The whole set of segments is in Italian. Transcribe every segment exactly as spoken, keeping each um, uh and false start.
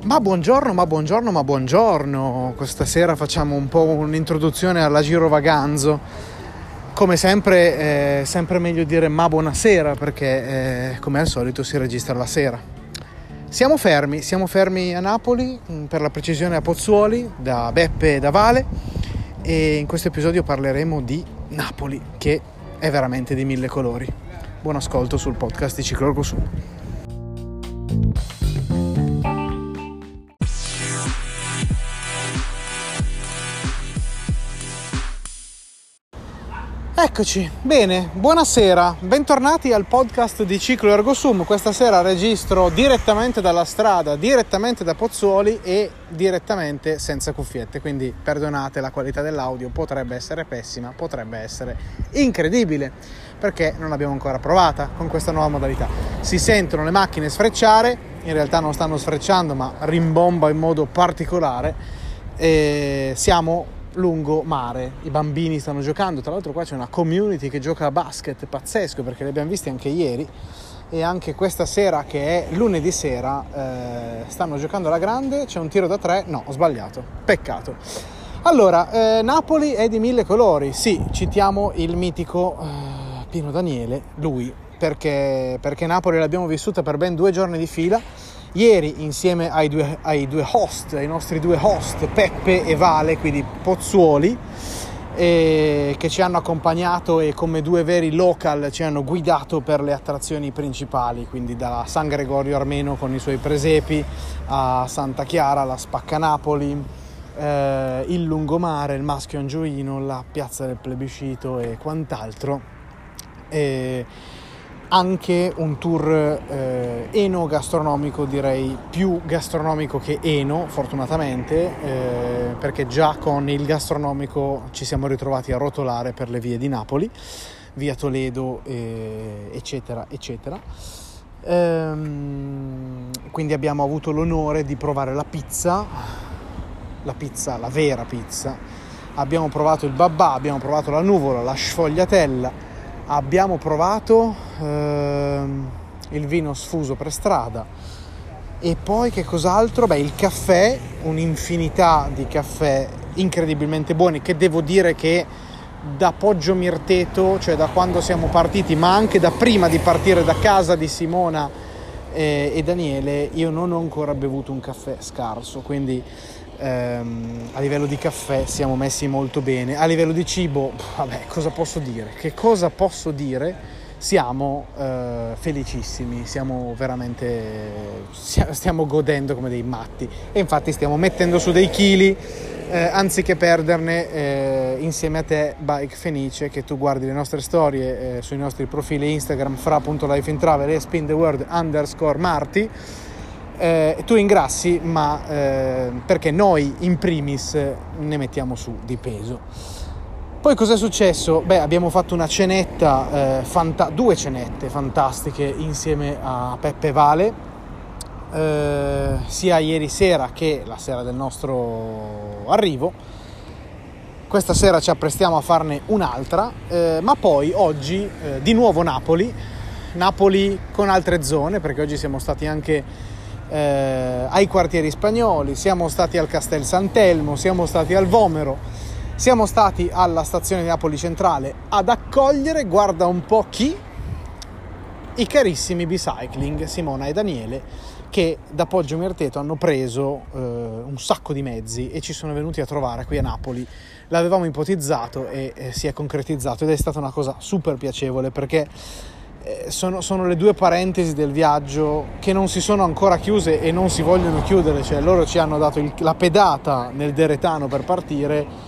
Ma buongiorno, ma buongiorno, ma buongiorno. Questa sera facciamo un po' un'introduzione alla girovaganzo. Come sempre, è sempre meglio dire ma buonasera, perché eh, come al solito si registra la sera. Siamo fermi, siamo fermi a Napoli, per la precisione a Pozzuoli, da Beppe e da Vale, e in questo episodio parleremo di Napoli, che è veramente di mille colori. Buon ascolto sul podcast di Ciclo Ergo Sum. Eccoci, bene, buonasera, bentornati al podcast di Ciclo Ergo Sum. Questa sera registro direttamente dalla strada, direttamente da Pozzuoli e direttamente senza cuffiette, quindi perdonate, la qualità dell'audio potrebbe essere pessima, potrebbe essere incredibile, perché non l'abbiamo ancora provata con questa nuova modalità. Si sentono le macchine sfrecciare, in realtà non stanno sfrecciando ma rimbomba in modo particolare, e siamo lungo mare, i bambini stanno giocando, tra l'altro qua c'è una community che gioca a basket pazzesco, perché li abbiamo visti anche ieri e anche questa sera, che è lunedì sera, eh, stanno giocando alla grande. C'è un tiro da tre, no, ho sbagliato, peccato. Allora, eh, Napoli è di mille colori, sì, citiamo il mitico eh, Pino Daniele, lui, perché, perché Napoli l'abbiamo vissuta per ben due giorni di fila. Ieri insieme ai due, ai due host, ai nostri due host Peppe e Vale, quindi Pozzuoli, e che ci hanno accompagnato e come due veri local ci hanno guidato per le attrazioni principali, quindi da San Gregorio Armeno con i suoi presepi a Santa Chiara, la Spaccanapoli, eh, il lungomare, il Maschio Angioino, la piazza del Plebiscito e quant'altro. E anche un tour eh, enogastronomico, direi più gastronomico che eno, fortunatamente, eh, perché già con il gastronomico ci siamo ritrovati a rotolare per le vie di Napoli, via Toledo, eh, eccetera, eccetera. Ehm, quindi abbiamo avuto l'onore di provare la pizza, la pizza, la vera pizza. Abbiamo provato il babà, abbiamo provato la nuvola, la sfogliatella. Abbiamo provato ehm, il vino sfuso per strada e poi che cos'altro? Beh, il caffè, un'infinità di caffè incredibilmente buoni, che devo dire che da Poggio Mirteto, cioè da quando siamo partiti, ma anche da prima di partire da casa di Simona eh, e Daniele, io non ho ancora bevuto un caffè scarso, quindi ehm, a livello di caffè siamo messi molto bene. A livello di cibo, vabbè, cosa posso dire? Che cosa posso dire? Siamo eh, felicissimi, siamo veramente, stiamo godendo come dei matti e infatti stiamo mettendo su dei chili eh, anziché perderne eh, insieme a te, Bike Fenice, che tu guardi le nostre storie eh, sui nostri profili Instagram fra.lifeintravel e spintheworld underscore Marti. Eh, tu ingrassi, ma eh, perché noi in primis ne mettiamo su di peso. Poi cos'è successo? Beh, abbiamo fatto una cenetta, eh, fanta- due cenette fantastiche insieme a Peppe Vale, eh, sia ieri sera che la sera del nostro arrivo. Questa sera ci apprestiamo a farne un'altra, eh, ma poi oggi eh, di nuovo Napoli, Napoli con altre zone, perché oggi siamo stati anche eh, ai quartieri spagnoli, siamo stati al Castel Sant'Elmo, siamo stati al Vomero. Siamo stati alla stazione di Napoli Centrale ad accogliere, guarda un po' chi, i carissimi Bicycling, Simona e Daniele, che da Poggio Mirteto hanno preso eh, un sacco di mezzi e ci sono venuti a trovare qui a Napoli. L'avevamo ipotizzato e eh, si è concretizzato ed è stata una cosa super piacevole, perché eh, sono, sono le due parentesi del viaggio che non si sono ancora chiuse e non si vogliono chiudere, cioè loro ci hanno dato il, la pedata nel Deretano per partire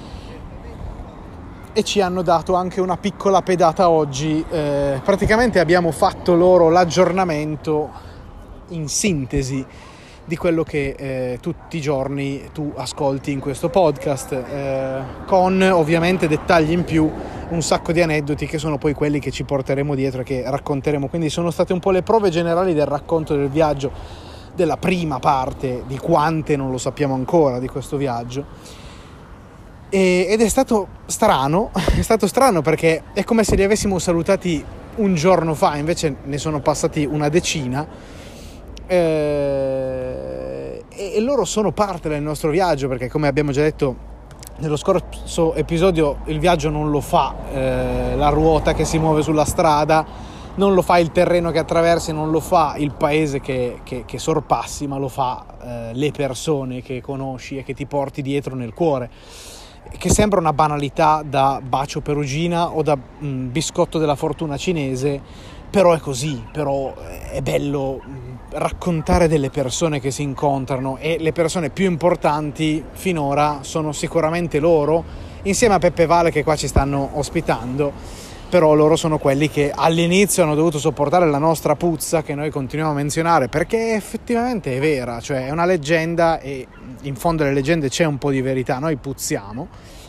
e ci hanno dato anche una piccola pedata oggi. Eh, praticamente abbiamo fatto loro l'aggiornamento in sintesi di quello che eh, tutti i giorni tu ascolti in questo podcast, eh, con ovviamente dettagli in più, un sacco di aneddoti che sono poi quelli che ci porteremo dietro e che racconteremo. Quindi sono state un po' le prove generali del racconto del viaggio, della prima parte, di quante non lo sappiamo ancora di questo viaggio. Ed è stato strano, è stato strano perché è come se li avessimo salutati un giorno fa, invece ne sono passati una decina, eh, e, e loro sono parte del nostro viaggio, perché come abbiamo già detto nello scorso episodio, il viaggio non lo fa eh, la ruota che si muove sulla strada, non lo fa il terreno che attraversi, non lo fa il paese che, che, che sorpassi, ma lo fa eh, le persone che conosci e che ti porti dietro nel cuore, che sembra una banalità da bacio perugina o da mh, biscotto della fortuna cinese, però è così. Però è bello raccontare delle persone che si incontrano, e le persone più importanti finora sono sicuramente loro, insieme a Peppe Vale che qua ci stanno ospitando. Però loro sono quelli che all'inizio hanno dovuto sopportare la nostra puzza, che noi continuiamo a menzionare perché effettivamente è vera, cioè è una leggenda, e in fondo alle leggende c'è un po' di verità. Noi puzziamo,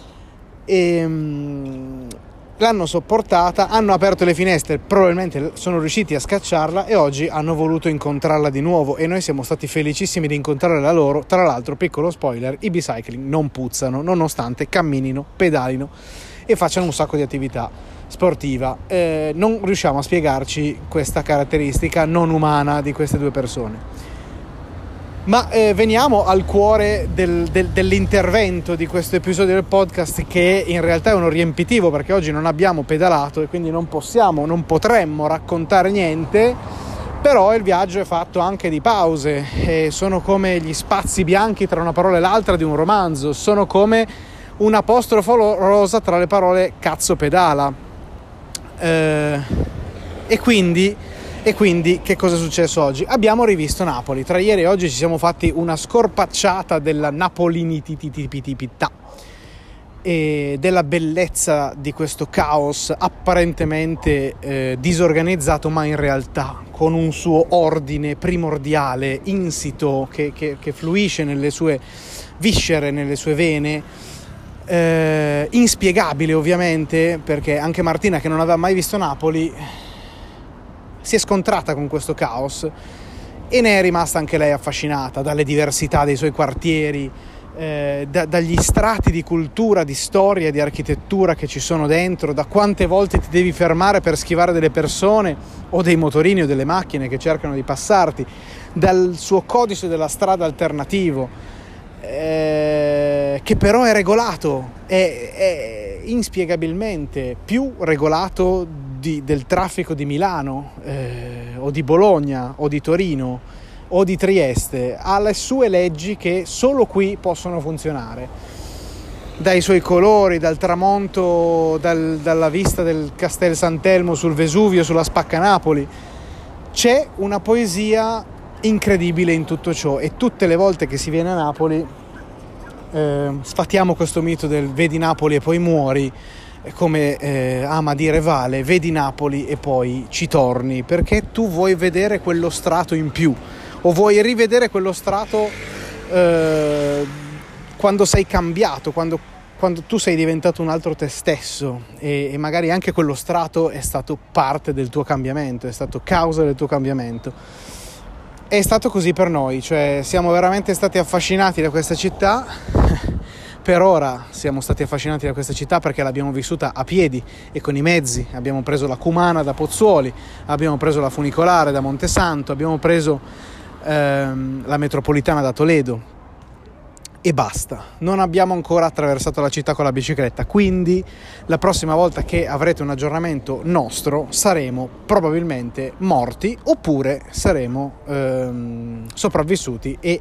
e um, l'hanno sopportata, hanno aperto le finestre, probabilmente sono riusciti a scacciarla, e oggi hanno voluto incontrarla di nuovo, e noi siamo stati felicissimi di incontrarla loro. Tra l'altro, piccolo spoiler, i bicycling non puzzano nonostante camminino, pedalino e facciano un sacco di attività sportiva. Eh, non riusciamo a spiegarci questa caratteristica non umana di queste due persone. Ma eh, veniamo al cuore del, del, dell'intervento di questo episodio del podcast, che in realtà è uno riempitivo, perché oggi non abbiamo pedalato e quindi non possiamo, non potremmo raccontare niente. Però il viaggio è fatto anche di pause, e sono come gli spazi bianchi tra una parola e l'altra di un romanzo, sono come un apostrofo rosa tra le parole cazzo pedala. Eh, e quindi e quindi che cosa è successo oggi? Abbiamo rivisto Napoli. Tra ieri e oggi ci siamo fatti una scorpacciata della napolinititipità e della bellezza di questo caos apparentemente eh, disorganizzato, ma in realtà con un suo ordine primordiale, insito, che, che, che fluisce nelle sue viscere, nelle sue vene. Eh, inspiegabile ovviamente, perché anche Martina, che non aveva mai visto Napoli, si è scontrata con questo caos e ne è rimasta anche lei affascinata dalle diversità dei suoi quartieri, eh, da, dagli strati di cultura, di storia, di architettura che ci sono dentro, da quante volte ti devi fermare per schivare delle persone o dei motorini o delle macchine che cercano di passarti, dal suo codice della strada alternativo, Eh, che però è regolato, è, è inspiegabilmente più regolato di, del traffico di Milano eh, o di Bologna o di Torino o di Trieste. Ha le sue leggi che solo qui possono funzionare, dai suoi colori, dal tramonto, dal, dalla vista del Castel Sant'Elmo sul Vesuvio, sulla Spaccanapoli. C'è una poesia incredibile in tutto ciò, e tutte le volte che si viene a Napoli eh, sfatiamo questo mito del vedi Napoli e poi muori, come eh, ama dire Vale, vedi Napoli e poi ci torni, perché tu vuoi vedere quello strato in più, o vuoi rivedere quello strato eh, quando sei cambiato, quando, quando tu sei diventato un altro te stesso, e, e magari anche quello strato è stato parte del tuo cambiamento, è stato causa del tuo cambiamento. È stato così per noi, cioè siamo veramente stati affascinati da questa città. Per ora siamo stati affascinati da questa città perché l'abbiamo vissuta a piedi e con i mezzi. Abbiamo preso la Cumana da Pozzuoli, abbiamo preso la funicolare da Montesanto, abbiamo preso ehm, la metropolitana da Toledo e basta. Non abbiamo ancora attraversato la città con la bicicletta, quindi la prossima volta che avrete un aggiornamento nostro saremo probabilmente morti, oppure saremo ehm, sopravvissuti e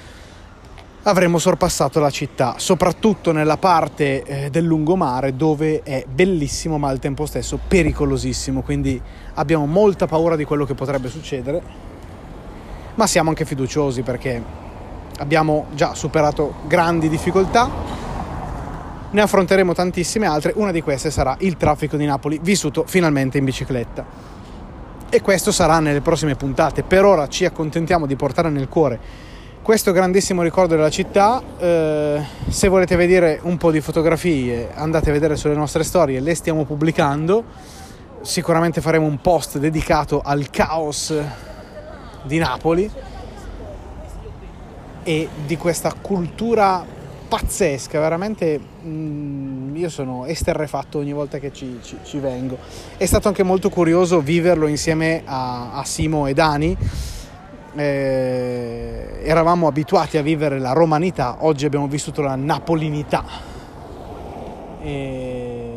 avremo sorpassato la città, soprattutto nella parte eh, del lungomare, dove è bellissimo ma al tempo stesso pericolosissimo, quindi abbiamo molta paura di quello che potrebbe succedere, ma siamo anche fiduciosi perché abbiamo già superato grandi difficoltà, ne affronteremo tantissime altre. Una di queste sarà il traffico di Napoli vissuto finalmente in bicicletta, e questo sarà nelle prossime puntate. Per ora ci accontentiamo di portare nel cuore questo grandissimo ricordo della città. Eh, se volete vedere un po' di fotografie, andate a vedere sulle nostre storie, le stiamo pubblicando. Sicuramente faremo un post dedicato al caos di Napoli e di questa cultura pazzesca, veramente. mh, io sono esterrefatto ogni volta che ci, ci, ci vengo. È stato anche molto curioso viverlo insieme a, a Simo e Dani, eh, eravamo abituati a vivere la romanità, oggi abbiamo vissuto la napolinità. E...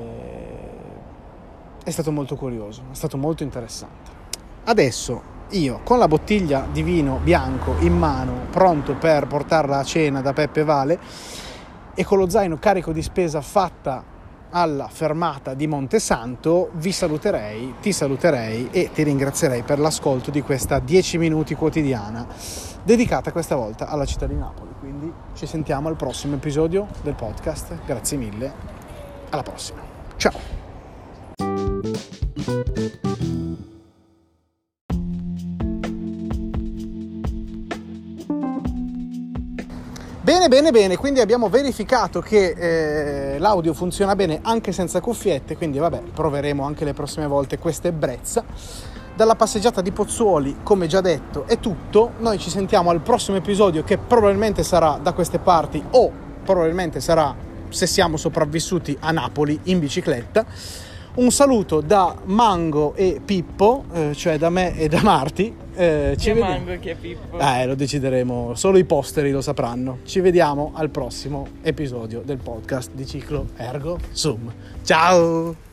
è stato molto curioso, è stato molto interessante. Adesso io con la bottiglia di vino bianco in mano, pronto per portarla a cena da Peppe Vale, e con lo zaino carico di spesa fatta alla fermata di Montesanto, vi saluterei, ti saluterei e ti ringrazierei per l'ascolto di questa dieci minuti quotidiana dedicata questa volta alla città di Napoli. Quindi ci sentiamo al prossimo episodio del podcast. Grazie mille, alla prossima, ciao. Bene, bene, bene, quindi abbiamo verificato che eh, l'audio funziona bene anche senza cuffiette, quindi vabbè, proveremo anche le prossime volte questa ebbrezza. Dalla passeggiata di Pozzuoli, come già detto, è tutto. Noi ci sentiamo al prossimo episodio, che probabilmente sarà da queste parti o probabilmente sarà, se siamo sopravvissuti, a Napoli in bicicletta. Un saluto da Mango e Pippo, eh, cioè da me e da Marti. Eh, ci chi è vediamo. Mango e chi è Pippo? Eh, lo decideremo, solo i posteri lo sapranno. Ci vediamo al prossimo episodio del podcast di Ciclo Ergo Sum. Ciao!